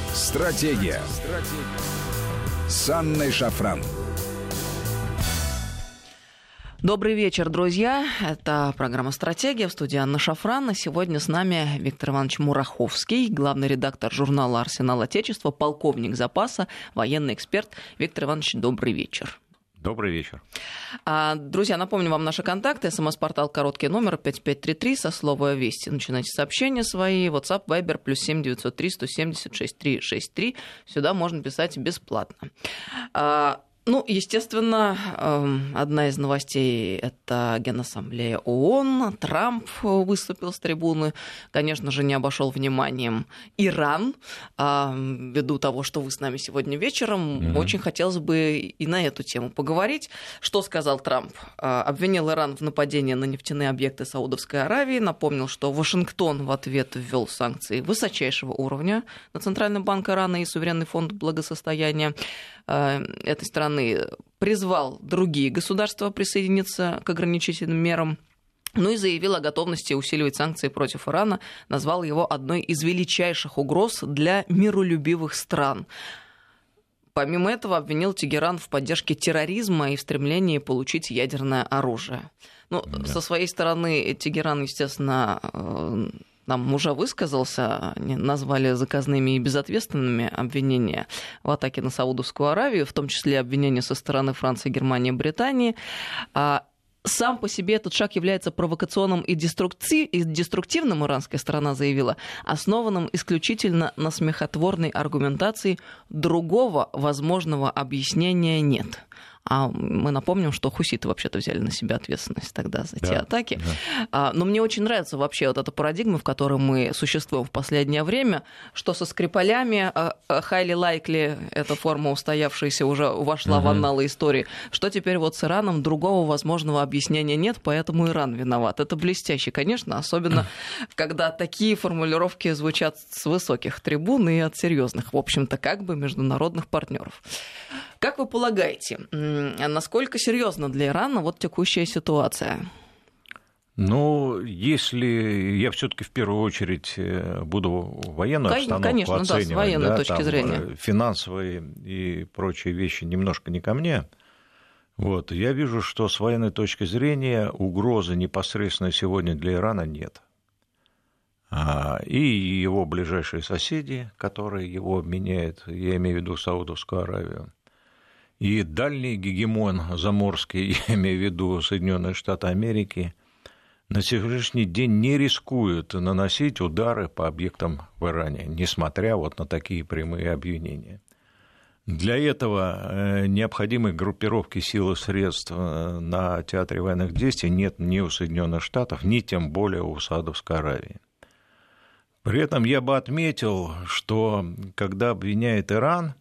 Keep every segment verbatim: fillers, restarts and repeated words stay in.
Стратегия. Стратегия. С Анной Шафран. Добрый вечер, друзья. Это программа «Стратегия», в студии Анна Шафран. Сегодня с нами Виктор Иванович Мураховский, главный редактор журнала «Арсенал Отечества», полковник запаса, военный эксперт. Виктор Иванович, добрый вечер. Добрый вечер. Друзья, напомню вам наши контакты. СМС-портал короткий номер пять пять три три со слова «Вести». Начинайте сообщения свои. WhatsApp, Viber, плюс семь девятьсот три сто семьдесят шесть три шесть три. Сюда можно писать бесплатно. Ну, естественно, одна из новостей – это Генассамблея ООН. Трамп выступил с трибуны. Конечно же, не обошел вниманием Иран. Ввиду того, что вы с нами сегодня вечером, mm-hmm. очень хотелось бы и на эту тему поговорить. Что сказал Трамп? Обвинил Иран в нападении на нефтяные объекты Саудовской Аравии. Напомнил, что Вашингтон в ответ ввел санкции высочайшего уровня на Центральный банк Ирана и Суверенный фонд благосостояния этой страны, призвал другие государства присоединиться к ограничительным мерам, ну и заявил о готовности усиливать санкции против Ирана, назвал его одной из величайших угроз для миролюбивых стран. Помимо этого, обвинил Тегеран в поддержке терроризма и в стремлении получить ядерное оружие. Ну, да. Со своей стороны, Тегеран, естественно, нам уже высказался, они назвали заказными и безответственными обвинения в атаке на Саудовскую Аравию, в том числе обвинения со стороны Франции, Германии, Британии. Сам по себе этот шаг является провокационным и деструктивным, иранская сторона заявила, основанным исключительно на смехотворной аргументации. Другого возможного объяснения нет. А мы напомним, что хуситы вообще-то взяли на себя ответственность тогда за да, те атаки. Да. Но мне очень нравится вообще вот эта парадигма, в которой мы существуем в последнее время, что со Скрипалями, highly likely, эта форма устоявшаяся уже вошла угу. в анналы истории, что теперь вот с Ираном другого возможного объяснения нет, поэтому Иран виноват. Это блестяще, конечно, особенно когда такие формулировки звучат с высоких трибун и от серьезных, в общем-то, как бы международных партнеров. Как вы полагаете, насколько серьезна для Ирана вот текущая ситуация? Ну, если я все-таки в первую очередь буду военную обстановку Конечно, оценивать, да, с военной да, точки там, зрения. Финансовые и прочие вещи немножко не ко мне. Вот, я вижу, что с военной точки зрения угрозы непосредственно сегодня для Ирана нет. И его ближайшие соседи, которые его обменяют, я имею в виду Саудовскую Аравию, и дальний гегемон заморский, я имею в виду Соединенные Штаты Америки, на сегодняшний день не рискуют наносить удары по объектам в Иране, несмотря вот на такие прямые обвинения. Для этого необходимой группировки сил и средств на театре военных действий нет ни у Соединенных Штатов, ни тем более у Саудовской Аравии. При этом я бы отметил, что когда обвиняет Иран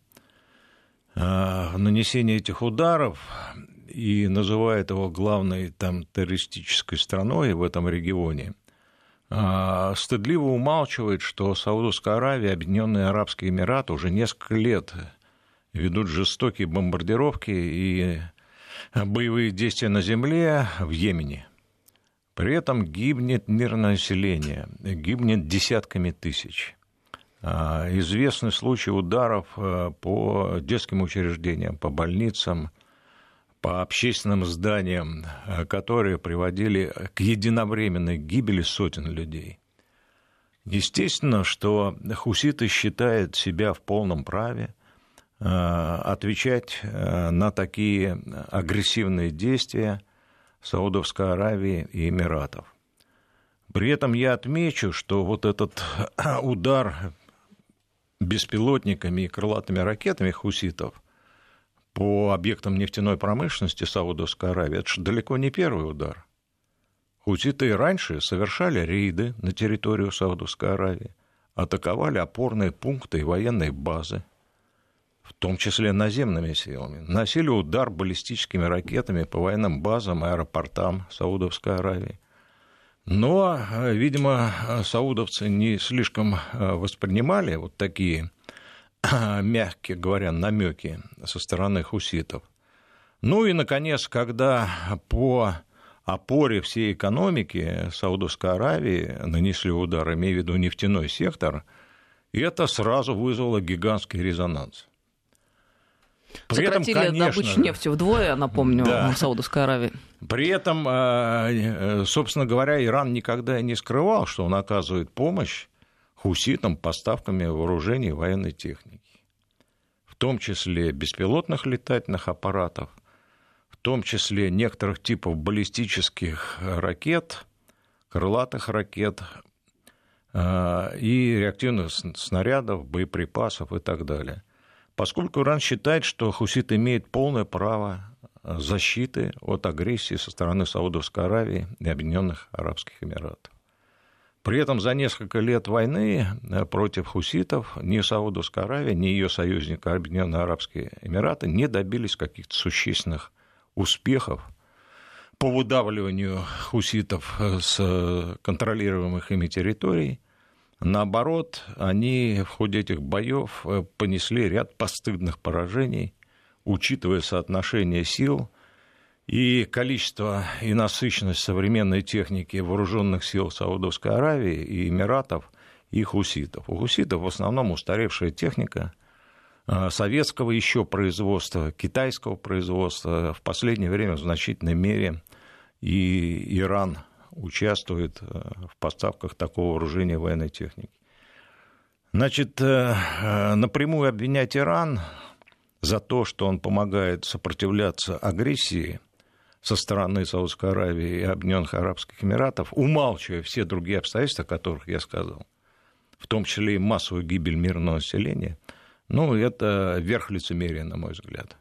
в нанесении этих ударов и называет его главной там, террористической страной в этом регионе, стыдливо умалчивает, что Саудовская Аравия и Объединенные Арабские Эмираты уже несколько лет ведут жестокие бомбардировки и боевые действия на земле в Йемене. При этом гибнет мирное население, гибнет десятками тысяч. Известны случаи ударов по детским учреждениям, по больницам, по общественным зданиям, которые приводили к единовременной гибели сотен людей. Естественно, что хуситы считают себя в полном праве отвечать на такие агрессивные действия Саудовской Аравии и Эмиратов. При этом я отмечу, что вот этот удар беспилотниками и крылатыми ракетами хуситов по объектам нефтяной промышленности Саудовской Аравии, это же далеко не первый удар. Хуситы и раньше совершали рейды на территорию Саудовской Аравии, атаковали опорные пункты и военные базы, в том числе наземными силами, наносили удар баллистическими ракетами по военным базам и аэропортам Саудовской Аравии. Но, видимо, саудовцы не слишком воспринимали вот такие, мягко говоря, намеки со стороны хуситов. Ну и, наконец, когда по опоре всей экономики Саудовской Аравии нанесли удар, имея в виду нефтяной сектор, И это сразу вызвало гигантский резонанс. При Сократили этом, конечно, добычу нефти вдвое, напомню, да. в Саудовской Аравии. При этом, собственно говоря, Иран никогда и не скрывал, что он оказывает помощь хуситам поставками вооружений и военной техники. В том числе беспилотных летательных аппаратов, в том числе некоторых типов баллистических ракет, крылатых ракет и реактивных снарядов, боеприпасов и так далее. Поскольку Иран считает, что хуситы имеют полное право защиты от агрессии со стороны Саудовской Аравии и Объединенных Арабских Эмиратов. При этом за несколько лет войны против хуситов ни Саудовская Аравия, ни ее союзник Объединенные Арабские Эмираты не добились каких-то существенных успехов по выдавливанию хуситов с контролируемых ими территорий. Наоборот, они в ходе этих боев понесли ряд постыдных поражений, учитывая соотношение сил и количество и насыщенность современной техники вооруженных сил Саудовской Аравии и Эмиратов и хуситов. У хуситов в основном устаревшая техника советского еще производства, китайского производства. В последнее время в значительной мере и Иран участвует в поставках такого вооружения и военной техники. Значит, напрямую обвинять Иран за то, что он помогает сопротивляться агрессии со стороны Саудовской Аравии и Объединенных Арабских Эмиратов, умалчивая все другие обстоятельства, о которых я сказал, в том числе и массовую гибель мирного населения, ну, это верх лицемерия, на мой взгляд.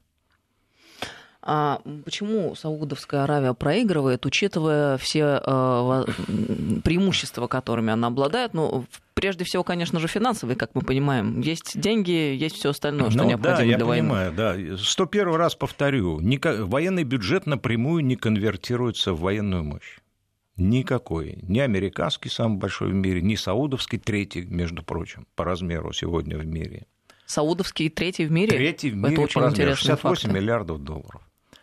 А почему Саудовская Аравия проигрывает, учитывая все э, преимущества, которыми она обладает? Ну, прежде всего, конечно же, финансовые, как мы понимаем. Есть деньги, есть все остальное, что ну, необходимо да, для войны. Да, я понимаю, да. сто первый раз повторю, военный бюджет напрямую не конвертируется в военную мощь. Никакой. Ни американский, самый большой в мире, ни саудовский, третий, между прочим, по размеру сегодня в мире. Саудовский третий в мире? Третий в мире это очень по размеру, шестьдесят восемь факты. Миллиардов долларов.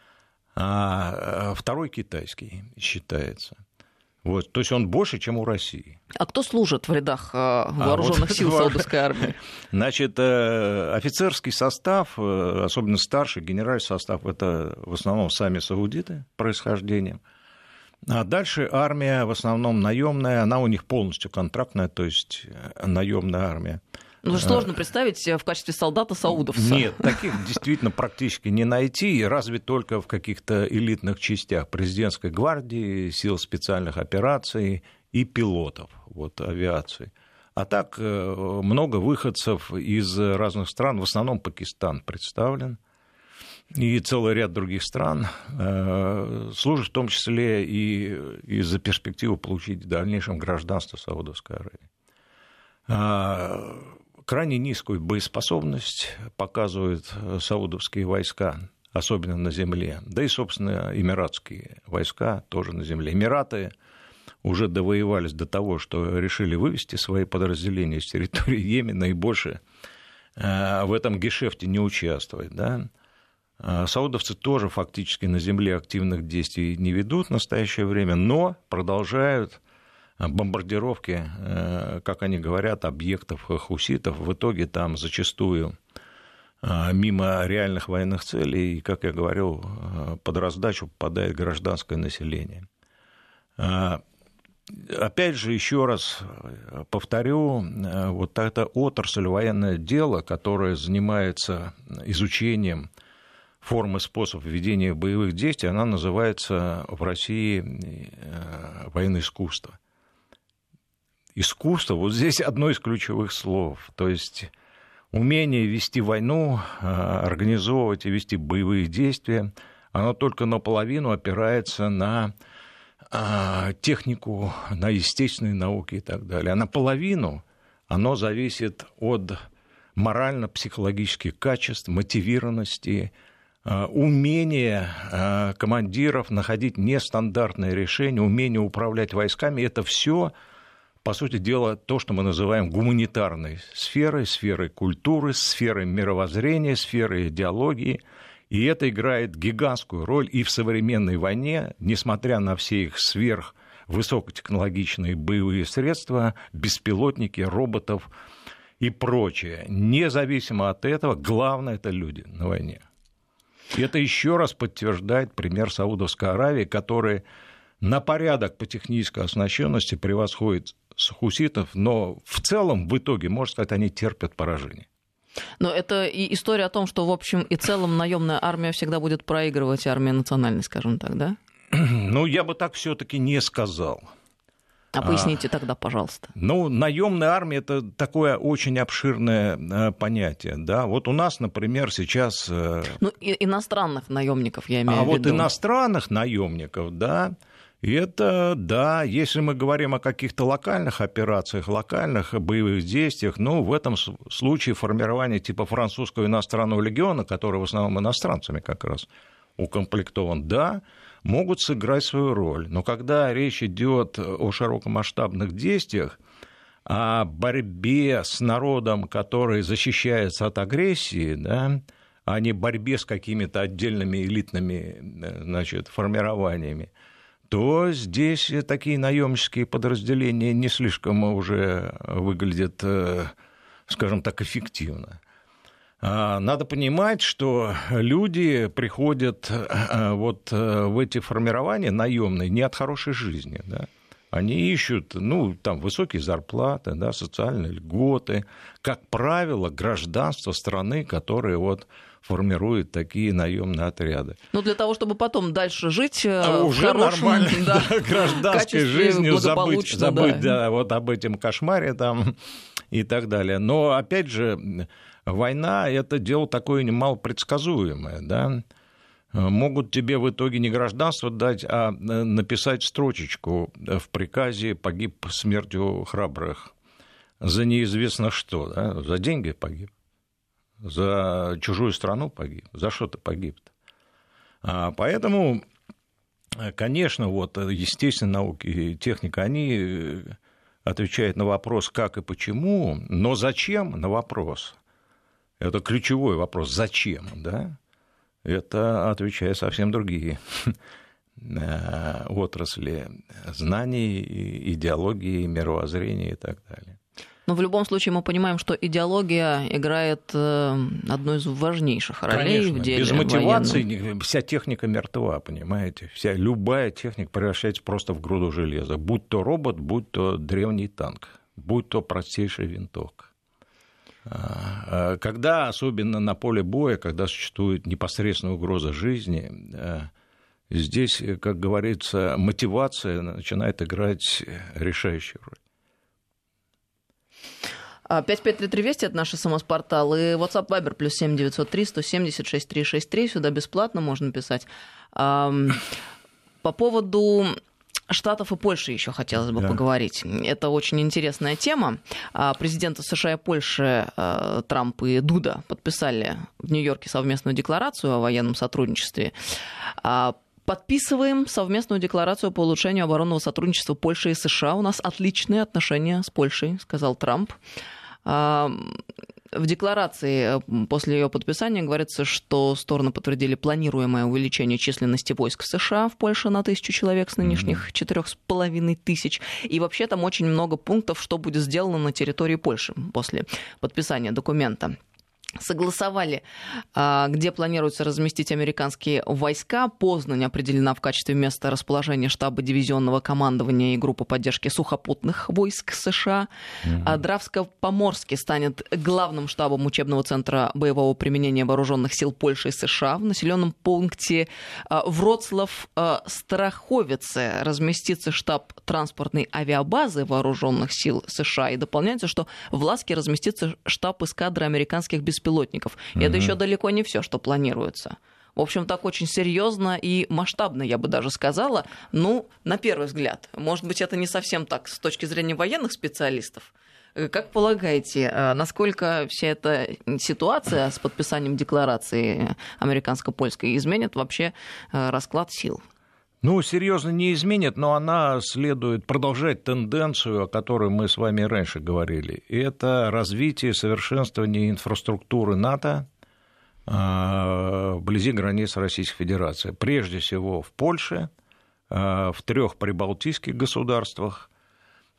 А второй китайский считается. Вот, то есть он больше, чем у России. А кто служит в рядах вооруженных а, вот, сил Саудовской Аравии? Значит, офицерский состав, особенно старший, генеральный состав, это в основном сами саудиты происхождением. А дальше армия, в основном наемная, она у них полностью контрактная, то есть наемная армия. Ну, сложно представить в качестве солдата саудовца. Нет, таких действительно практически не найти, разве только в каких-то элитных частях президентской гвардии, сил специальных операций и пилотов вот, авиации. А так много выходцев из разных стран, в основном Пакистан представлен, и целый ряд других стран служат в том числе и из-за перспективы получить в дальнейшем гражданство Саудовской Аравии. Крайне низкую боеспособность показывают саудовские войска, особенно на земле, да и, собственно, эмиратские войска тоже на земле. Эмираты уже довоевались до того, что решили вывести свои подразделения с территории Йемена и больше в этом гешефте не участвовать. Да? Саудовцы тоже фактически на земле активных действий не ведут в настоящее время, но продолжают бомбардировки, как они говорят, объектов хуситов. В итоге там зачастую мимо реальных военных целей, и, как я говорил, под раздачу попадает гражданское население. Опять же, еще раз повторю, вот эта отрасль военное дело, которая занимается изучением форм и способов ведения боевых действий, она называется в России военное искусство. Искусство, вот здесь одно из ключевых слов, то есть умение вести войну, организовывать и вести боевые действия, оно только наполовину опирается на технику, на естественные науки и так далее. А наполовину оно зависит от морально-психологических качеств, мотивированности, умения командиров находить нестандартные решения, умение управлять войсками. Это все, по сути дела, то, что мы называем гуманитарной сферой, сферой культуры, сферой мировоззрения, сферой идеологии. И это играет гигантскую роль и в современной войне, несмотря на все их сверхвысокотехнологичные боевые средства, беспилотники, роботов и прочее. Независимо от этого, главное – это люди на войне. И это еще раз подтверждает пример Саудовской Аравии, который на порядок по технической оснащенности превосходит хуситов, но в целом, в итоге, можно сказать, они терпят поражение. Но это и история о том, что, в общем и целом, наемная армия всегда будет проигрывать армии национальной, скажем так, да? Ну, я бы так все-таки не сказал. А поясните тогда, пожалуйста. Ну, наемная армия – это такое очень обширное понятие, да. Вот у нас, например, сейчас… Ну, и иностранных наемников, я имею а в виду. А вот иностранных наемников, да, это, да, если мы говорим о каких-то локальных операциях, локальных боевых действиях, ну, в этом случае формирование типа французского иностранного легиона, который в основном иностранцами как раз укомплектован, да, могут сыграть свою роль. Но когда речь идет о широкомасштабных действиях, о борьбе с народом, который защищается от агрессии, да, а не борьбе с какими-то отдельными элитными, значит, формированиями, то здесь такие наемнические подразделения не слишком уже выглядят, скажем так, эффективно. Надо понимать, что люди приходят вот в эти формирования наемные не от хорошей жизни, да? Они ищут, ну, там, высокие зарплаты, да, социальные льготы, как правило, гражданство страны, которые вот формируют такие наемные отряды. Ну, для того, чтобы потом дальше жить а в уже хорошем, да, да, гражданской жизнью, забыть, забыть да. Да, вот об этом кошмаре там и так далее. Но, опять же, война – это дело такое немалопредсказуемое, да. Могут тебе в итоге не гражданство дать, а написать строчечку в приказе «погиб смертью храбрых» за неизвестно что, да? За деньги погиб, за чужую страну погиб, за что ты погиб-то? А поэтому, конечно, вот, естественные науки и техника, они отвечают на вопрос «как» и «почему», но «зачем» на вопрос – это ключевой вопрос «зачем?», да? Это отвечает совсем другие отрасли знаний, идеологии, мировоззрения и так далее. Но в любом случае мы понимаем, что идеология играет одну из важнейших ролей. Конечно, в деле без мотивации военном. Вся техника мертва, понимаете? Вся, любая техника превращается просто в груду железа. Будь то робот, будь то древний танк, будь то простейшая винтовка. Когда, особенно на поле боя, когда существует непосредственная угроза жизни, здесь, как говорится, мотивация начинает играть решающую роль. пять пять три три Вести — это наш СМС-портал, и WhatsApp Viber плюс семь девятьсот три сто семьдесят шесть триста шестьдесят три, сюда бесплатно можно писать. По поводу Штатов и Польши еще хотелось бы да. поговорить. Это очень интересная тема. Президенты США и Польши Трамп и Дуда подписали в Нью-Йорке совместную декларацию о военном сотрудничестве. Подписываем совместную декларацию по улучшению оборонного сотрудничества Польши и США. У нас отличные отношения с Польшей, сказал Трамп. В декларации после ее подписания говорится, что стороны подтвердили планируемое увеличение численности войск США в Польше на тысячу человек с нынешних четырех с половиной тысяч. И вообще там очень много пунктов, что будет сделано на территории Польши после подписания документа. Согласовали, где планируется разместить американские войска. Познань определена в качестве места расположения штаба дивизионного командования и группы поддержки сухопутных войск США. Mm-hmm. Дравско-Поморский станет главным штабом учебного центра боевого применения вооруженных сил Польши и США. В населенном пункте Вроцлав-Страховице разместится штаб транспортной авиабазы вооруженных сил США. И дополняется, что в Ласке разместится штаб эскадры американских беспилотников. пилотников. И uh-huh. это еще далеко не все, что планируется. В общем, так очень серьезно и масштабно, я бы даже сказала. Ну, на первый взгляд. Может быть, это не совсем так с точки зрения военных специалистов. Как полагаете, насколько вся эта ситуация с подписанием декларации американско-польской изменит вообще расклад сил? Ну, серьезно не изменит, но она следует продолжать тенденцию, о которой мы с вами раньше говорили. Это развитие, совершенствование инфраструктуры НАТО вблизи границ Российской Федерации. Прежде всего в Польше, в трех прибалтийских государствах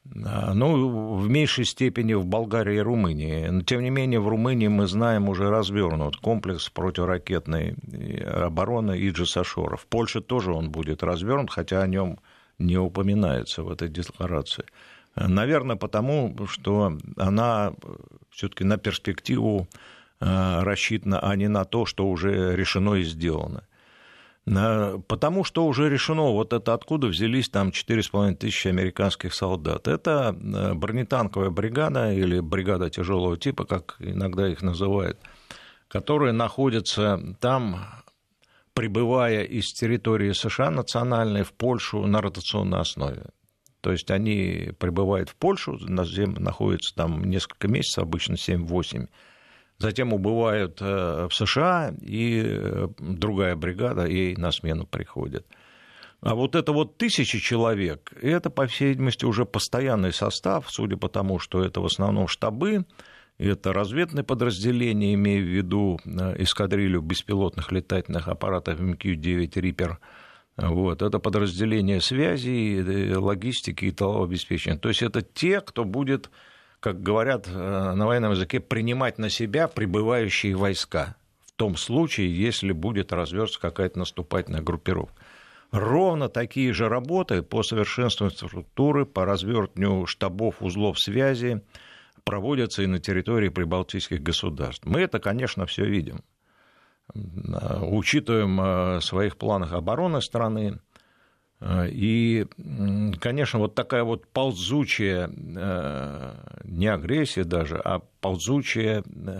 Ну, в меньшей степени в Болгарии и Румынии. Но, тем не менее, в Румынии, мы знаем, уже развернут комплекс противоракетной обороны Иджис Ашора. В Польше тоже он будет развернут, хотя о нем не упоминается в этой декларации. Наверное, потому что она все-таки на перспективу рассчитана, а не на то, что уже решено и сделано. Потому что уже решено, вот это откуда взялись там четыре с половиной тысячи американских солдат. Это бронетанковая бригада или бригада тяжелого типа, как иногда их называют, которые находятся там, прибывая из территории США национальной в Польшу на ротационной основе. То есть они прибывают в Польшу, находятся там несколько месяцев, обычно семь-восемь. Затем убывают в США, и другая бригада ей на смену приходит. А вот это вот тысячи человек, это, по всей видимости, уже постоянный состав, судя по тому, что это в основном штабы, это разведные подразделения, имея в виду эскадрилью беспилотных летательных аппаратов эм кью девять «Риппер». Вот, это подразделение связи, логистики и тылового обеспечения. То есть это те, кто будет, как говорят на военном языке, принимать на себя прибывающие войска в том случае, если будет развернуться какая-то наступательная группировка. Ровно такие же работы по совершенствованию структуры, по развертыванию штабов, узлов связи проводятся и на территории прибалтийских государств. Мы это, конечно, все видим. Учитываем в своих планах обороны страны. И, конечно, вот такая вот ползучая, не агрессия даже, а ползучая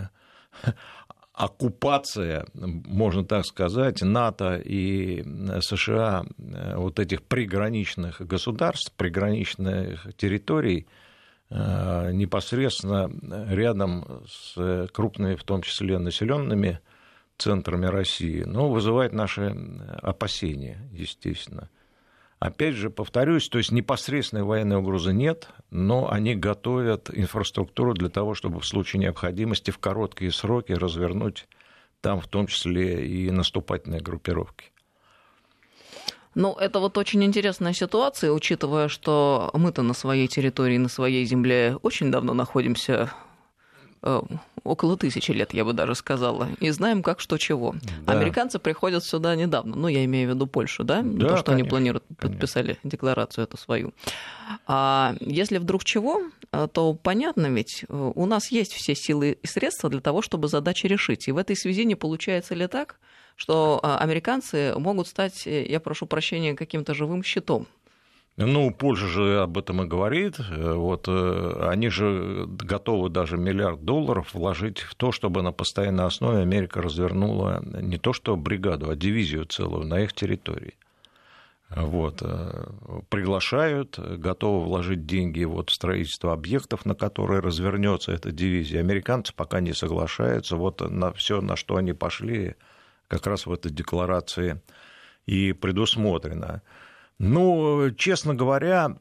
оккупация, можно так сказать, НАТО и США вот этих приграничных государств, приграничных территорий, непосредственно рядом с крупными, в том числе населенными центрами России, ну, вызывает наши опасения, естественно. Опять же, повторюсь, то есть непосредственной военной угрозы нет, но они готовят инфраструктуру для того, чтобы в случае необходимости в короткие сроки развернуть там в том числе и наступательные группировки. Ну, это вот очень интересная ситуация, учитывая, что мы-то на своей территории, на своей земле очень давно находимся, около тысячи лет, я бы даже сказала, и знаем, как, что, чего. Да. Американцы приходят сюда недавно, ну, я имею в виду Польшу, да, да, то, что конечно, они планируют, подписали конечно. Декларацию эту свою. А если вдруг чего, то понятно ведь, у нас есть все силы и средства для того, чтобы задачи решить. И в этой связи не получается ли так, что американцы могут стать, я прошу прощения, каким-то живым щитом? Ну, Польша же об этом и говорит. Вот, они же готовы даже миллиард долларов вложить в то, чтобы на постоянной основе Америка развернула не то что бригаду, а дивизию целую на их территории. Вот, приглашают, готовы вложить деньги вот в строительство объектов, на которые развернется эта дивизия. Американцы пока не соглашаются. Вот на все, на что они пошли, как раз в этой декларации и предусмотрено. Ну, честно говоря,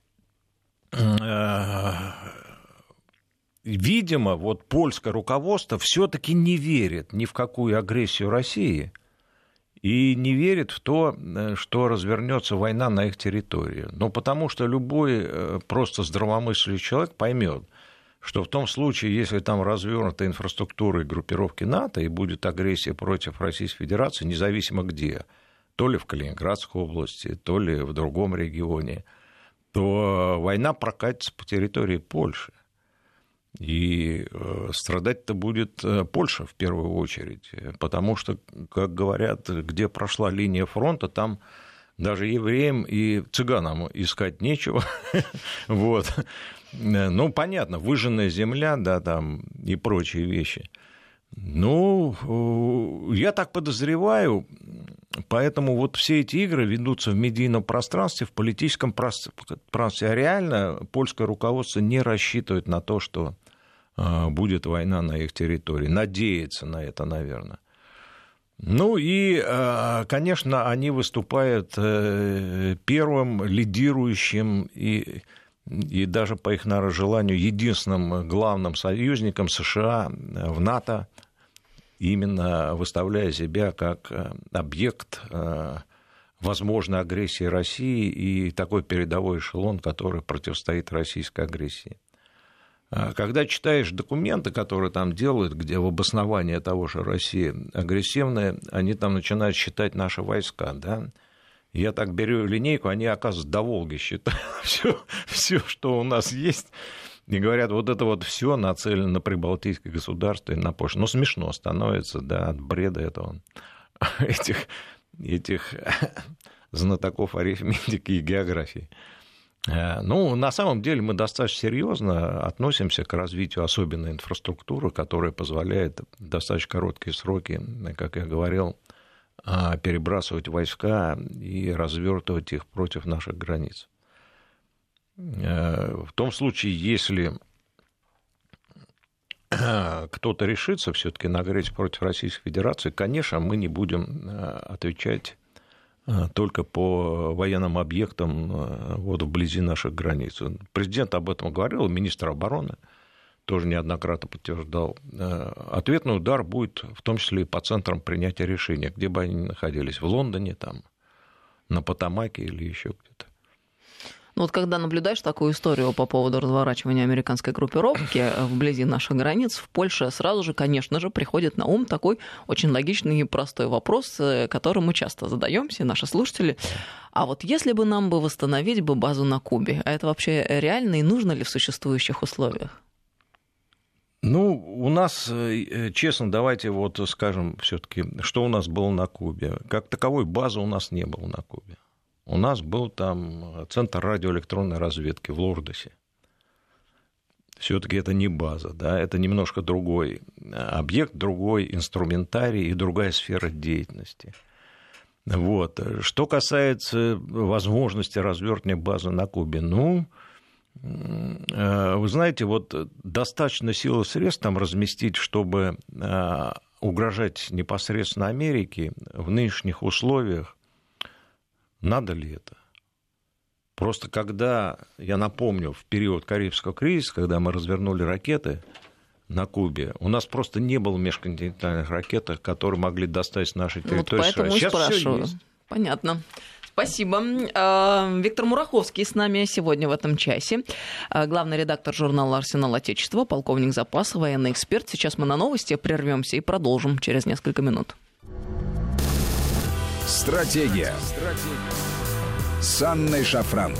видимо, вот польское руководство все-таки не верит ни в какую агрессию России и не верит в то, что развернется война на их территории. Ну, потому что любой просто здравомыслящий человек поймет, что в том случае, если там развернута инфраструктура и группировки НАТО и будет агрессия против Российской Федерации, независимо где, то ли в Калининградской области, то ли в другом регионе, то война прокатится по территории Польши. И страдать-то будет Польша в первую очередь, потому что, как говорят, где прошла линия фронта, там даже евреям и цыганам искать нечего. Вот. Ну, понятно, выжженная земля, да, там и прочие вещи. Ну, я так подозреваю, поэтому вот все эти игры ведутся в медийном пространстве, в политическом пространстве, а реально польское руководство не рассчитывает на то, что будет война на их территории, надеется на это, наверное. Ну и, конечно, они выступают первым лидирующим и... и даже по их, наверное, желанию, единственным главным союзником США в НАТО, именно выставляя себя как объект возможной агрессии России и такой передовой эшелон, который противостоит российской агрессии. Когда читаешь документы, которые там делают, где в обосновании того, что Россия агрессивная, они там начинают считать наши войска, да. Я так беру линейку, они, оказывается, до Волги считают все, все, что у нас есть, и говорят, вот это вот все нацелено на прибалтийское государство и на Польшу. Ну, смешно становится, да, от бреда этого, этих, этих знатоков арифметики и географии. Ну, на самом деле мы достаточно серьезно относимся к развитию особенной инфраструктуры, которая позволяет в достаточно короткие сроки, как я говорил, перебрасывать войска и развертывать их против наших границ. В том случае, если кто-то решится все-таки на агрессию против Российской Федерации, конечно, мы не будем отвечать только по военным объектам вот, вблизи наших границ. Президент об этом говорил, министр обороны тоже неоднократно подтверждал. Ответный удар будет в том числе и по центрам принятия решения, где бы они ни находились, в Лондоне, там, на Потомаке или еще где-то. Ну вот когда наблюдаешь такую историю по поводу разворачивания американской группировки вблизи наших границ, в Польше сразу же, конечно же, приходит на ум такой очень логичный и простой вопрос, который мы часто задаемся, наши слушатели. А вот если бы нам бы восстановить бы базу на Кубе, а это вообще реально и нужно ли в существующих условиях? Ну, у нас, честно, давайте вот скажем все-таки, что у нас было на Кубе. Как таковой базы у нас не было на Кубе. У нас был там центр радиоэлектронной разведки в Лордосе. Все-таки это не база, да, это немножко другой объект, другой инструментарий и другая сфера деятельности. Вот. Что касается возможности развертывания базы на Кубе, ну, вы знаете, вот достаточно сил и средств там разместить, чтобы угрожать непосредственно Америке в нынешних условиях. Надо ли это? Просто когда, я напомню, в период Карибского кризиса, когда мы развернули ракеты на Кубе, у нас просто не было межконтинентальных ракет, которые могли достать с нашей территории. Вот поэтому Сейчас спрашиваю. Понятно. Спасибо. Виктор Мураховский с нами сегодня в этом часе. Главный редактор журнала «Арсенал Отечества», полковник запаса, военный эксперт. Сейчас мы на новости прервемся и продолжим через несколько минут. Стратегия. Стратегия. С Анной Шафран.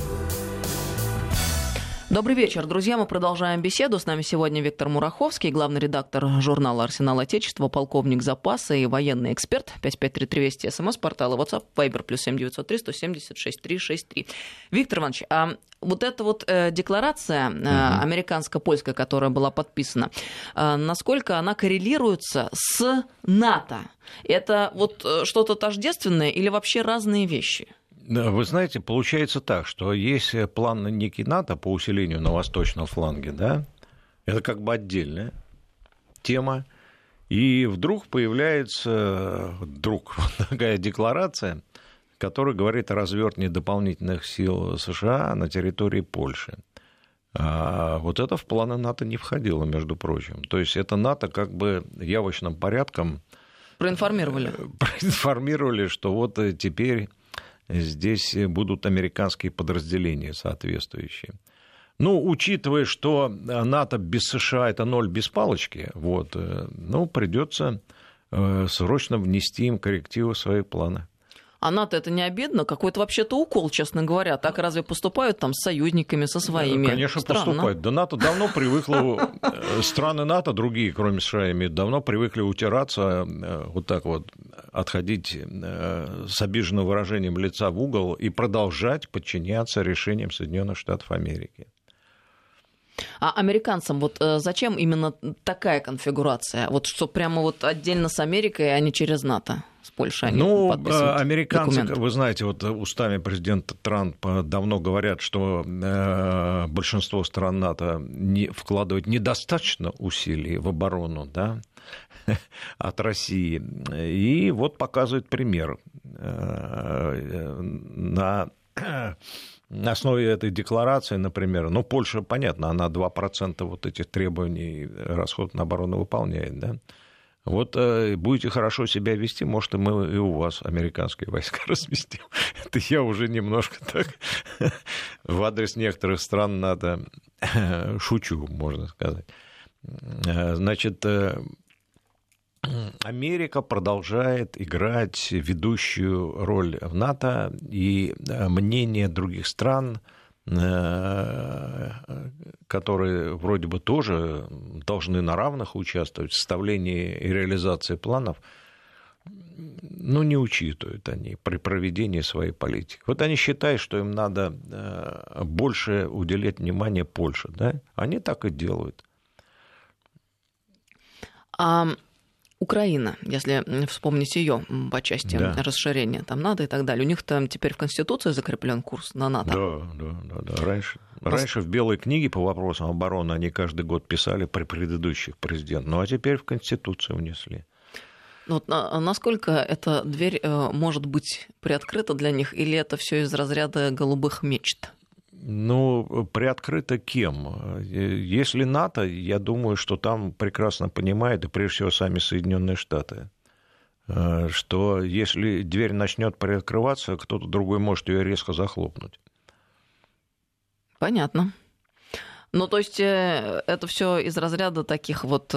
Добрый вечер, друзья. Мы продолжаем беседу. С нами сегодня Виктор Мураховский, главный редактор журнала «Арсенал Отечества», полковник запаса и военный эксперт. пять пять три три Вести, СМС-портал и WhatsApp, Viber, плюс семь девятьсот три сто семьдесят шесть триста шестьдесят три. Виктор Иванович, а вот эта вот э, декларация э, угу. американско-польская, которая была подписана, э, насколько она коррелируется с НАТО? Это вот что-то тождественное или вообще разные вещи? Вы знаете, получается так, что есть план некий НАТО по усилению на восточном фланге, да, это как бы отдельная тема, и вдруг появляется вдруг такая декларация, которая говорит о развертывании дополнительных сил США на территории Польши. А вот это в планы НАТО не входило, между прочим. То есть это НАТО как бы явочным порядком проинформировали, проинформировали, что вот теперь здесь будут американские подразделения соответствующие. Ну, учитывая, что НАТО без США – это ноль без палочки, вот, ну, придется срочно внести им коррективы в свои планы. А НАТО это не обидно? Какой-то вообще-то укол, честно говоря. Так разве поступают там с союзниками, со своими? Конечно, Странно. поступают. Да НАТО давно привыкло, страны НАТО, другие, кроме США, имеют, давно привыкли утираться, вот так вот, отходить с обиженным выражением лица в угол и продолжать подчиняться решениям Соединенных Штатов Америки. А американцам вот зачем именно такая конфигурация? Вот что прямо вот отдельно с Америкой, а не через НАТО? С Польшей они ну, подписывают американцы, документ. Вы знаете, вот устами президента Трампа давно говорят, что э, большинство стран НАТО не, вкладывает недостаточно усилий в оборону, да, от России. И вот показывает пример э, на... На основе этой декларации, например, ну, Польша, понятно, она два процента вот этих требований расход на оборону выполняет, да, Вот э, будете хорошо себя вести, может, и мы и у вас американские войска разместим. Это я уже немножко так в адрес некоторых стран надо шучу, можно сказать. Значит, Америка продолжает играть ведущую роль в НАТО, и мнение других стран, которые вроде бы тоже должны на равных участвовать в составлении и реализации планов, ну, не учитывают они при проведении своей политики. Вот они считают, что им надо больше уделять внимание Польше, да? Они так и делают. А Украина, если вспомнить ее по части да. расширения, там НАТО и так далее, у них там теперь в Конституции закреплен курс на НАТО. Да, да, да. да. Раньше, Нас... раньше в Белой книге по вопросам обороны они каждый год писали при предыдущих президентах, ну а теперь в Конституцию внесли. Вот, насколько эта дверь может быть приоткрыта для них, или это все из разряда голубых мечт? Ну, приоткрыто кем? Если НАТО, я думаю, что там прекрасно понимают, и прежде всего сами Соединенные Штаты, что если дверь начнет приоткрываться, кто-то другой может ее резко захлопнуть. Понятно. Ну, то есть это все из разряда таких вот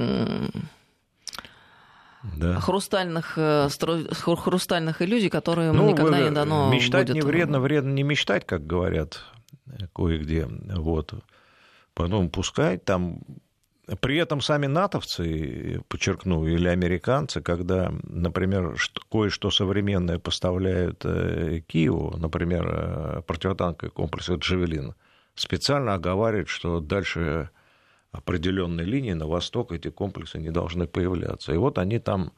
да. хрустальных, хрустальных иллюзий, которые ну, никогда не дано мечтать будет. Не вредно, вредно не мечтать, как говорят кое-где. Вот. Потом пускай там... При этом сами натовцы, подчеркну, или американцы, когда, например, кое-что современное поставляют Киеву, например, противотанковый комплекс «Джавелин», специально оговаривают, что дальше определенной линии на восток эти комплексы не должны появляться. И вот они там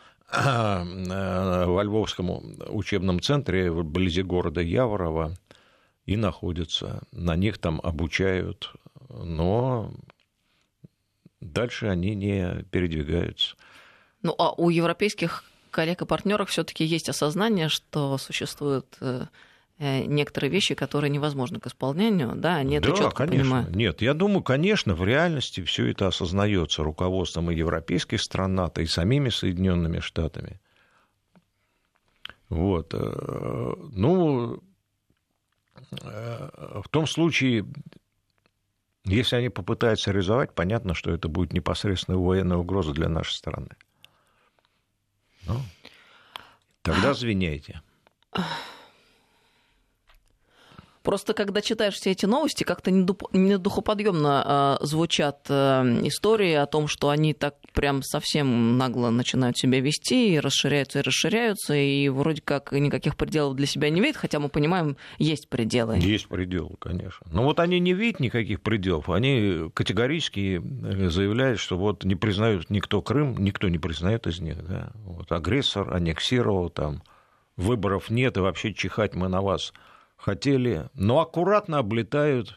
во Львовском учебном центре вблизи города Яворово и находятся. На них там обучают, но дальше они не передвигаются. Ну, а у европейских коллег и партнеров все-таки есть осознание, что существуют некоторые вещи, которые невозможны к исполнению, да, они это да, четко конечно. понимают. Нет, я думаю, конечно, в реальности все это осознается руководством и европейских стран НАТО, и самими Соединенными Штатами. Вот. Ну, в том случае, если они попытаются реализовать, понятно, что это будет непосредственная военная угроза для нашей страны. Ну, тогда звеняйте. Просто когда читаешь все эти новости, как-то недухоподъемно э, звучат э, истории о том, что они так прям совсем нагло начинают себя вести, и расширяются и расширяются, и вроде как никаких пределов для себя не видят, хотя мы понимаем, есть пределы. Есть пределы, конечно. Но вот они не видят никаких пределов, они категорически заявляют, что вот не признают никто Крым, никто не признает из них. Да? Вот агрессор аннексировал, там, выборов нет, и вообще чихать мы на вас хотели, но аккуратно облетают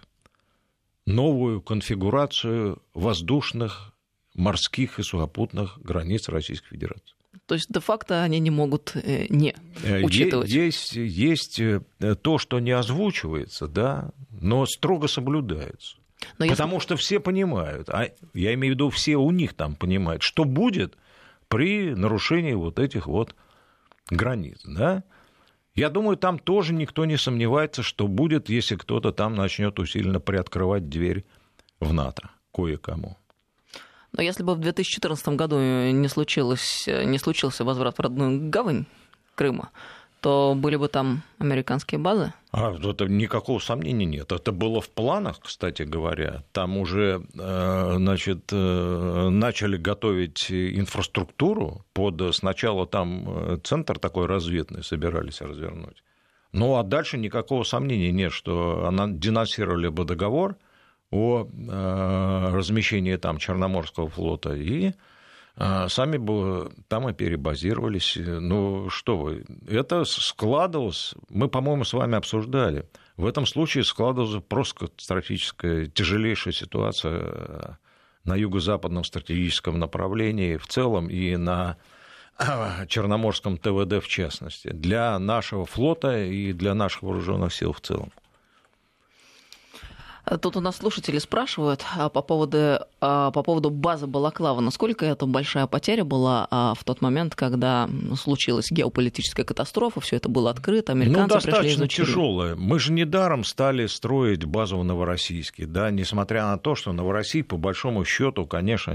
новую конфигурацию воздушных, морских и сухопутных границ Российской Федерации. То есть де-факто они не могут не учитывать. Есть, есть то, что не озвучивается, да, но строго соблюдается. Но Потому если... что все понимают, а я имею в виду, все у них там понимают, что будет при нарушении вот этих вот границ, да. Я думаю, там тоже никто не сомневается, что будет, если кто-то там начнет усиленно приоткрывать дверь в НАТО кое-кому. Но если бы в две тысячи четырнадцатом году не, случилось, не случился возврат в родную гавань Крыма, то были бы там американские базы? А, это никакого сомнения нет. Это было в планах, кстати говоря. Там уже, значит, начали готовить инфраструктуру под... Сначала там центр такой разведный собирались развернуть. Ну, а дальше никакого сомнения нет, что денонсировали бы договор о размещении там Черноморского флота и... Сами бы там и перебазировались. Ну, что вы, это складывалось, мы, по-моему, с вами обсуждали, в этом случае складывалась просто катастрофическая, тяжелейшая ситуация на юго-западном стратегическом направлении в целом и на Черноморском ТВД в частности, для нашего флота и для наших вооруженных сил в целом. Тут у нас слушатели спрашивают по поводу, по поводу базы Балаклава. Насколько это большая потеря была в тот момент, когда случилась геополитическая катастрофа, все это было открыто, американцы ну, пришли и изучили? Ну, достаточно тяжелая. Мы же недаром стали строить базу в Новороссийске, да, несмотря на то, что Новороссийск, по большому счету, конечно,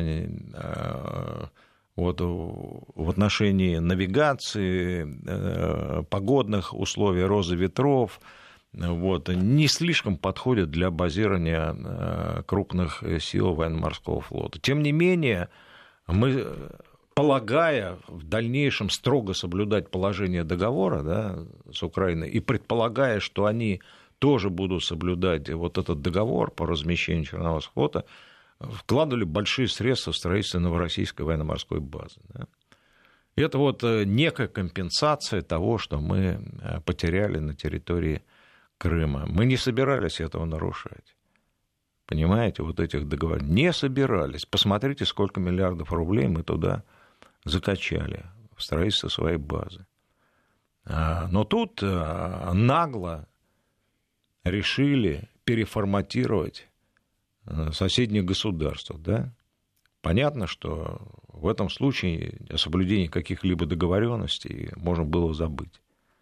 вот в отношении навигации, погодных условий, розы ветров, вот, не слишком подходит для базирования крупных сил военно-морского флота. Тем не менее, мы, полагая в дальнейшем строго соблюдать положение договора, да, с Украиной и предполагая, что они тоже будут соблюдать вот этот договор по размещению Черноморского флота, вкладывали большие средства в строительство Новороссийской военно-морской базы. Да. Это вот некая компенсация того, что мы потеряли на территории Крыма. Мы не собирались этого нарушать. Понимаете, вот этих договоров. Не собирались. Посмотрите, сколько миллиардов рублей мы туда закачали в строительство своей базы. Но тут нагло решили переформатировать соседних государств. Да? Понятно, что в этом случае о соблюдении каких-либо договоренностей можно было забыть.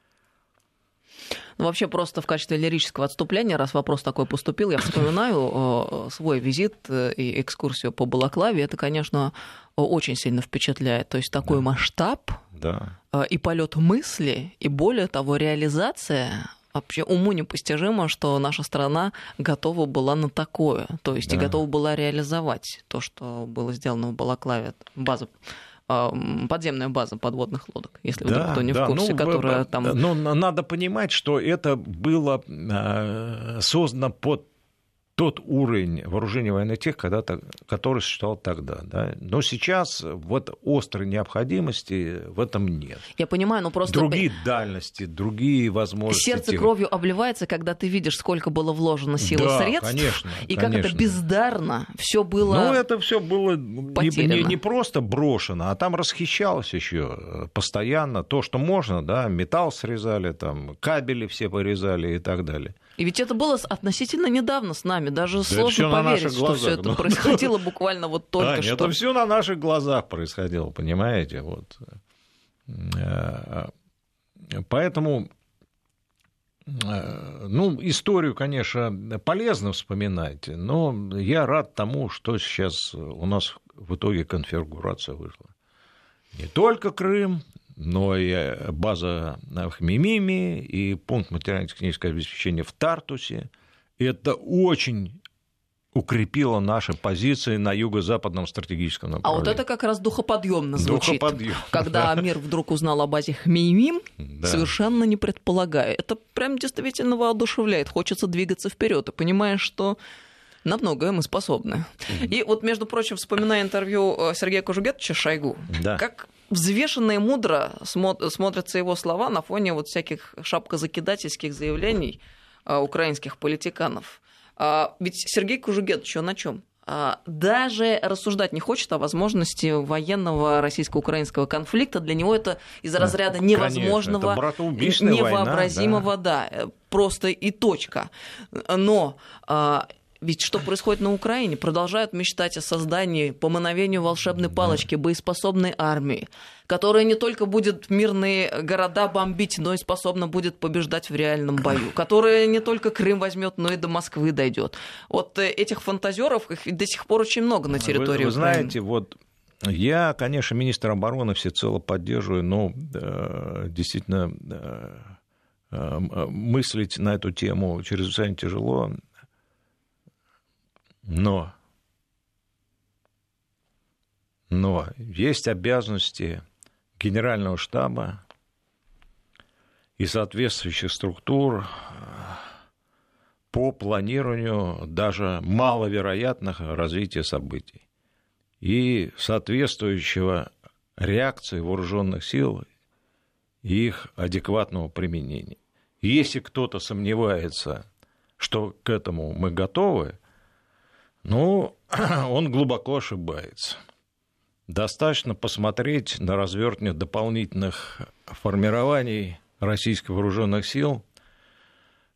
Ну, вообще, просто в качестве лирического отступления, раз вопрос такой поступил, я вспоминаю свой визит и экскурсию по Балаклаве. Это, конечно, очень сильно впечатляет. То есть такой да. масштаб да. и полет мысли, и более того, реализация. Вообще уму непостижимо, что наша страна готова была на такое. То есть да. и готова была реализовать то, что было сделано в Балаклаве, база. Подземная база подводных лодок, если да, вдруг кто не да, в курсе, ну, которая там... Ну, надо понимать, что это было создано под тот уровень вооружения военной техники, который существовал тогда. Да? Но сейчас вот острой необходимости в этом нет. Я понимаю, но просто... Другие дальности, другие возможности. Сердце кровью обливается, когда ты видишь, сколько было вложено сил да, и средств, конечно, и конечно. как это бездарно все было Ну, это все было не, не, не просто брошено, а там расхищалось еще постоянно то, что можно, да, металл срезали, там, кабели все порезали и так далее. И ведь это было относительно недавно с нами. Даже да сложно поверить, что все это ну, происходило буквально вот только Ань, что. Это все на наших глазах происходило, понимаете? Вот. Поэтому, ну, историю, конечно, полезно вспоминать, но я рад тому, что сейчас у нас в итоге конфигурация вышла. Не только Крым, но и база в Хмимиме, и пункт материально-технического обеспечения в Тартусе. Это очень укрепило наши позиции на юго-западном стратегическом направлении. А вот это как раз духоподъемно звучит. Духоподъемно. Когда мир вдруг узнал о базе Хмеймим, да. совершенно не предполагая. Это прям действительно воодушевляет. Хочется двигаться вперед и понимаешь, что на многое мы способны. Mm-hmm. И вот, между прочим, вспоминая интервью Сергея Кожугетовича Шойгу, да. как взвешенно и мудро смотрятся его слова на фоне вот всяких шапкозакидательских заявлений украинских политиканов. Ведь Сергей Кожугетович, он о чем? Даже рассуждать не хочет о возможности военного российско-украинского конфликта. Для него это из разряда невозможного, конечно, невообразимого, война, да. да, просто и точка. Но ведь что происходит на Украине? Продолжают мечтать о создании по мановению волшебной палочки боеспособной армии, которая не только будет мирные города бомбить, но и способна будет побеждать в реальном бою, которая не только Крым возьмет, но и до Москвы дойдет. Вот этих фантазеров их до сих пор очень много на территории вы, вы Украины. Знаете, вот я, конечно, министра обороны всецело поддерживаю, но э, действительно э, мыслить на эту тему чрезвычайно тяжело. Но, но есть обязанности Генерального штаба и соответствующих структур по планированию даже маловероятных развития событий и соответствующего реакции вооруженных сил и их адекватного применения. Если кто-то сомневается, что к этому мы готовы, ну, он глубоко ошибается. Достаточно посмотреть на развертывание дополнительных формирований российских вооруженных сил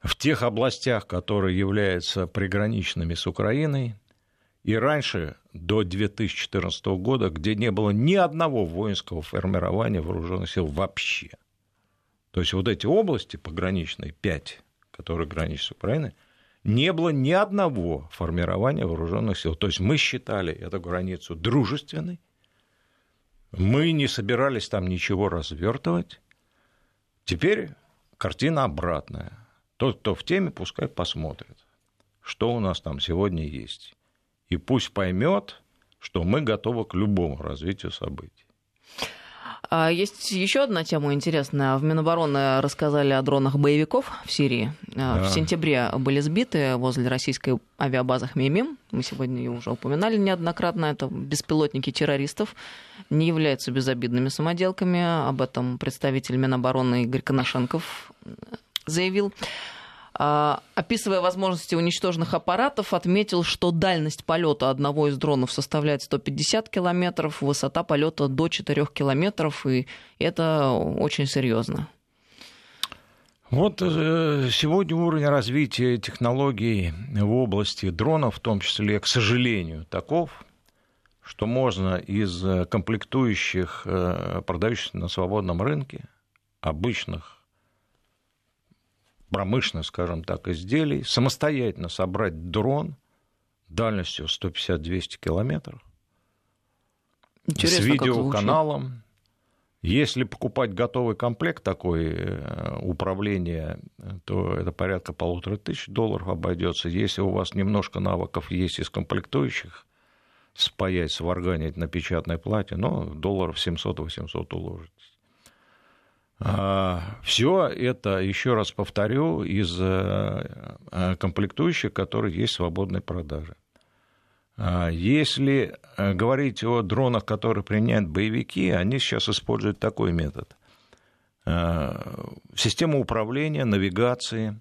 в тех областях, которые являются приграничными с Украиной, и раньше, до две тысячи четырнадцатого года, где не было ни одного воинского формирования вооруженных сил вообще. То есть вот эти области пограничные, пять, которые граничат с Украиной, не было ни одного формирования вооруженных сил. То есть мы считали эту границу дружественной, мы не собирались там ничего развертывать. Теперь картина обратная. Тот, кто в теме, пускай посмотрит, что у нас там сегодня есть. И пусть поймет, что мы готовы к любому развитию событий. Есть еще одна тема интересная. В Минобороны рассказали о дронах боевиков в Сирии. Да. В сентябре были сбиты возле российской авиабазы Хмеймим. Мы сегодня ее уже упоминали неоднократно. Это беспилотники террористов. Не являются безобидными самоделками. Об этом представитель Минобороны Игорь Коношенков заявил. Описывая возможности уничтоженных аппаратов, отметил, что дальность полета одного из дронов составляет сто пятьдесят километров, высота полета до четырёх километров, и это очень серьезно. Вот сегодня уровень развития технологий в области дронов, в том числе, к сожалению, таков, что можно из комплектующих, продающихся на свободном рынке, обычных промышленных, скажем так, изделий, самостоятельно собрать дрон дальностью сто пятьдесят - двести километров. Интересно, с видеоканалом. Если покупать готовый комплект такой управления, то это порядка полутора тысяч долларов обойдется. Если у вас немножко навыков есть из комплектующих, спаять, сварганить на печатной плате, ну, долларов семьсот - восемьсот уложитесь. Все это, еще раз повторю, из комплектующих, которые есть в свободной продаже. Если говорить о дронах, которые применяют боевики, они сейчас используют такой метод. Система управления, навигации,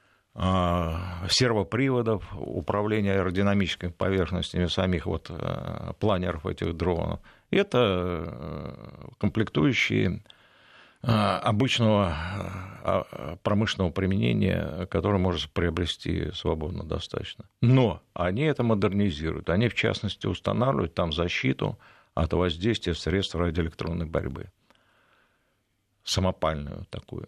сервоприводов, управления аэродинамическими поверхностями самих вот планеров этих дронов. Это комплектующие обычного промышленного применения, которое можно приобрести свободно достаточно. Но они это модернизируют. Они, в частности, устанавливают там защиту от воздействия средств радиоэлектронной борьбы. Самопальную такую.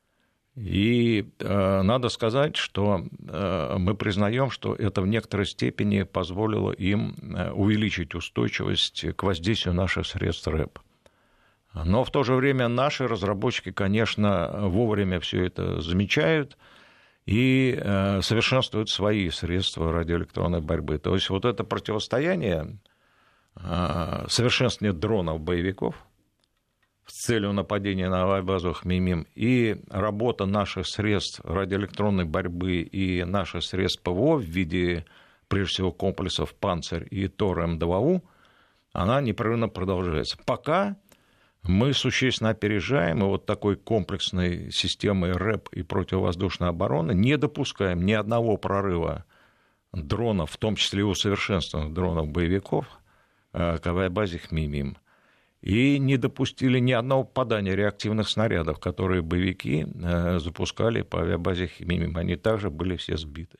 И э, надо сказать, что э, мы признаем, что это в некоторой степени позволило им увеличить устойчивость к воздействию наших средств РЭП. Но в то же время наши разработчики, конечно, вовремя все это замечают и совершенствуют свои средства радиоэлектронной борьбы. То есть вот это противостояние, совершенствование дронов-боевиков с целью нападения на авиабазу Хмеймим и работа наших средств радиоэлектронной борьбы и наших средств ПВО в виде, прежде всего, комплексов «Панцирь» и ТОР-М два У, она непрерывно продолжается. Пока мы существенно опережаем, и вот такой комплексной системой РЭП и противовоздушной обороны не допускаем ни одного прорыва дронов, в том числе и усовершенствованных дронов-боевиков, к авиабазе Хмеймим. И не допустили ни одного попадания реактивных снарядов, которые боевики запускали по авиабазе Хмеймим. Они также были все сбиты.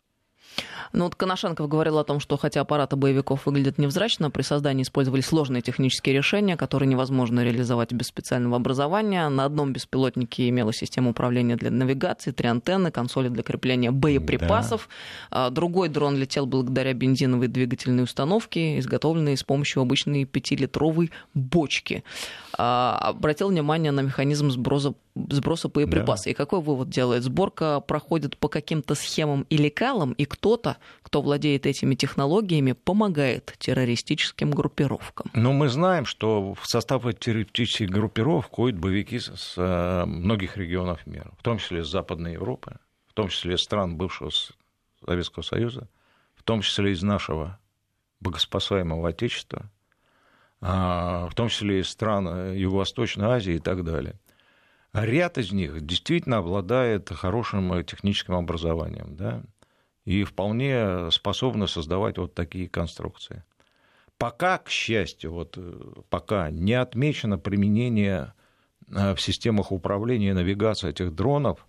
Ну вот Коношенков говорил о том, что хотя аппараты боевиков выглядят невзрачно, при создании использовали сложные технические решения, которые невозможно реализовать без специального образования. На одном беспилотнике имела система управления для навигации, три антенны, консоли для крепления боеприпасов. Да. Другой дрон летел благодаря бензиновой двигательной установке, изготовленной с помощью обычной пятилитровой бочки. Обратил внимание на механизм сброса, сброса боеприпаса. Да. И какой вывод делает? Сборка проходит по каким-то схемам и лекалам, и кто-то, кто владеет этими технологиями, помогает террористическим группировкам. Ну, мы знаем, что в состав этих террористических группировок входят боевики с многих регионов мира, в том числе из Западной Европы, в том числе из стран бывшего Советского Союза, в том числе из нашего богоспасаемого Отечества, в том числе из стран Юго-Восточной Азии и так далее. Ряд из них действительно обладает хорошим техническим образованием, да, и вполне способны создавать вот такие конструкции. Пока, к счастью, вот, пока не отмечено применение в системах управления и навигации этих дронов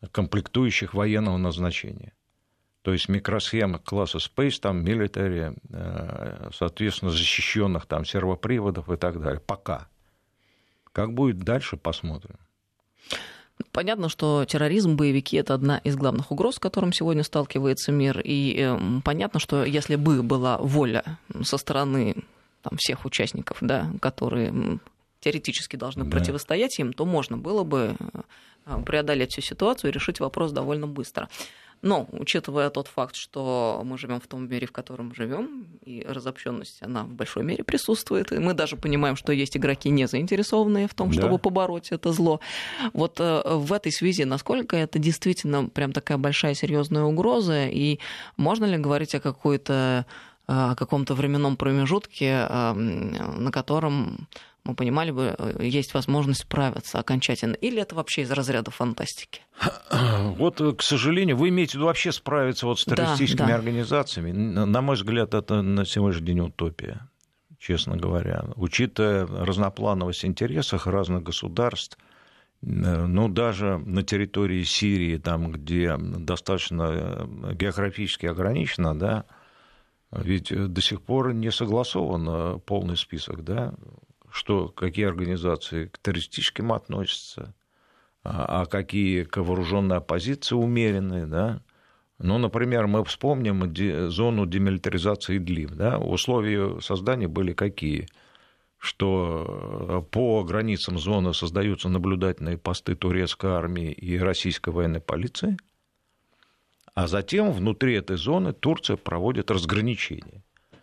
комплектующих военного назначения. То есть микросхема класса Space, там, Military, соответственно, защищенных там сервоприводов и так далее. Пока. Как будет дальше, посмотрим. Понятно, что терроризм, боевики — это одна из главных угроз, с которым сегодня сталкивается мир. И э, понятно, что если бы была воля со стороны там, всех участников, да, которые теоретически должны да. противостоять им, то можно было бы преодолеть всю ситуацию и решить вопрос довольно быстро. Но, учитывая тот факт, что мы живем в том мире, в котором живем, и разобщенность, она в большой мере присутствует, и мы даже понимаем, что есть игроки, не заинтересованные в том, да. чтобы побороть это зло. Вот в этой связи, насколько это действительно прям такая большая серьезная угроза, и можно ли говорить о какой-то, о каком-то временном промежутке, на котором мы понимали бы, есть возможность справиться окончательно? Или это вообще из разряда фантастики? Вот, к сожалению, вы имеете в виду вообще справиться вот с террористическими да, да. организациями? На мой взгляд, это на сегодняшний день утопия, честно говоря. Учитывая разноплановость интересов разных государств, ну, даже на территории Сирии, там, где достаточно географически ограничено, да, ведь до сих пор не согласован полный список, да, что какие организации к террористическим относятся, а какие к вооруженной оппозиции умеренные, да. Ну, например, мы вспомним зону демилитаризации Идлиб, да, условия создания были какие? Что по границам зоны создаются наблюдательные посты турецкой армии и российской военной полиции, а затем внутри этой зоны Турция проводит разграничение.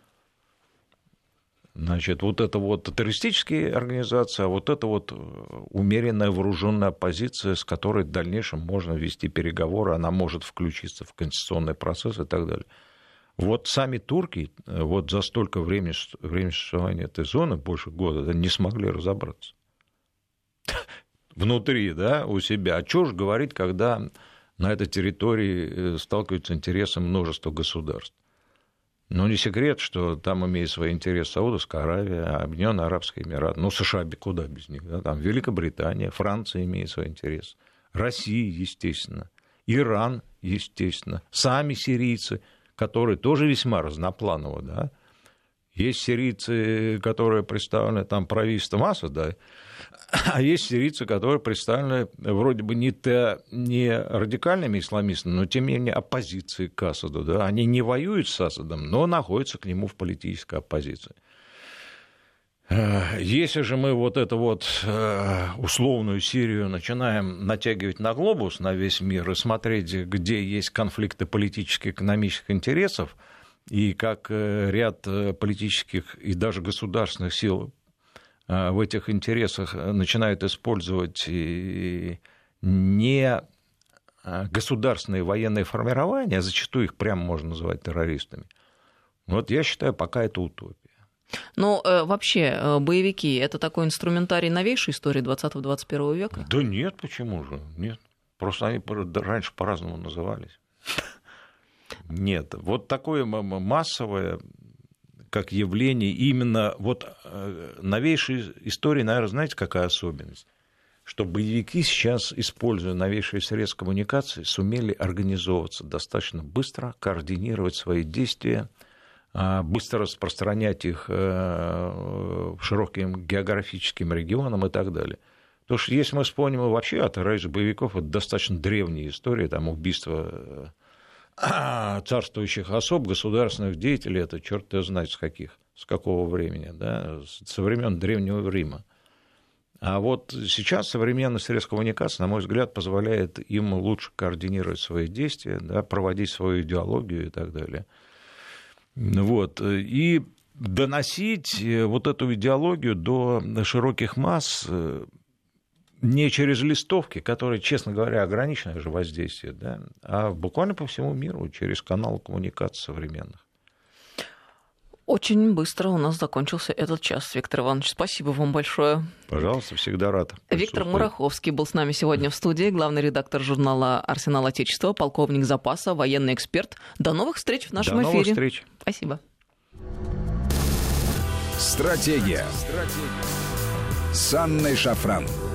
Значит, вот это вот террористические организации, а вот это вот умеренная вооруженная оппозиция, с которой в дальнейшем можно вести переговоры, она может включиться в конституционный процесс и так далее. Вот сами турки вот за столько времени, времени существования этой зоны, больше года, не смогли разобраться внутри, да, у себя. А что же говорить, когда на этой территории сталкиваются интересы множества государств? Но не секрет, что там имеет свои интересы Саудовская Аравия, Объединенные Арабские Эмираты, ну, США куда без них, да? Там Великобритания, Франция имеет свои интересы, Россия, естественно, Иран, естественно, сами сирийцы, которые тоже весьма разнопланово, да. Есть сирийцы, которые представлены там правительством Асада, а есть сирийцы, которые представлены вроде бы не, те, не радикальными исламистами, но тем не менее оппозицией к Асаду. Да? Они не воюют с Асадом, но находятся к нему в политической оппозиции. Если же мы вот эту вот условную Сирию начинаем натягивать на глобус, на весь мир, и смотреть, где есть конфликты политических, экономических интересов, и как ряд политических и даже государственных сил в этих интересах начинают использовать не государственные военные формирования, а зачастую их прямо можно называть террористами. Вот я считаю, пока это утопия. Но э, вообще боевики — это такой инструментарий новейшей истории двадцатого-двадцать первого века? Да нет, почему же? Нет. Просто они раньше по-разному назывались. Нет. Вот такое массовое, как явление, именно вот новейшей истории, наверное, знаете, какая особенность? Что боевики сейчас, используя новейшие средства коммуникации, сумели организовываться достаточно быстро, координировать свои действия, быстро распространять их широким географическим регионам и так далее. Потому что если мы вспомним вообще о терроризме боевиков, это достаточно древняя история, там убийство царствующих особ, государственных деятелей, это черт его знает с каких, с какого времени, да, со времен Древнего Рима. А вот сейчас современные средства коммуникации, на мой взгляд, позволяет им лучше координировать свои действия, да, проводить свою идеологию и так далее. Вот. И доносить вот эту идеологию до широких масс не через листовки, которые, честно говоря, ограниченное же воздействие, да, а буквально по всему миру, через каналы коммуникации современных. Очень быстро у нас закончился этот час, Виктор Иванович. Спасибо вам большое. Пожалуйста, всегда рад. Виктор Мураховский был с нами сегодня в студии, главный редактор журнала «Арсенал Отечества», полковник запаса, военный эксперт. До новых встреч в нашем эфире. До новых эфире. встреч. Спасибо. Стратегия. Стратегия. С Анной Шафран.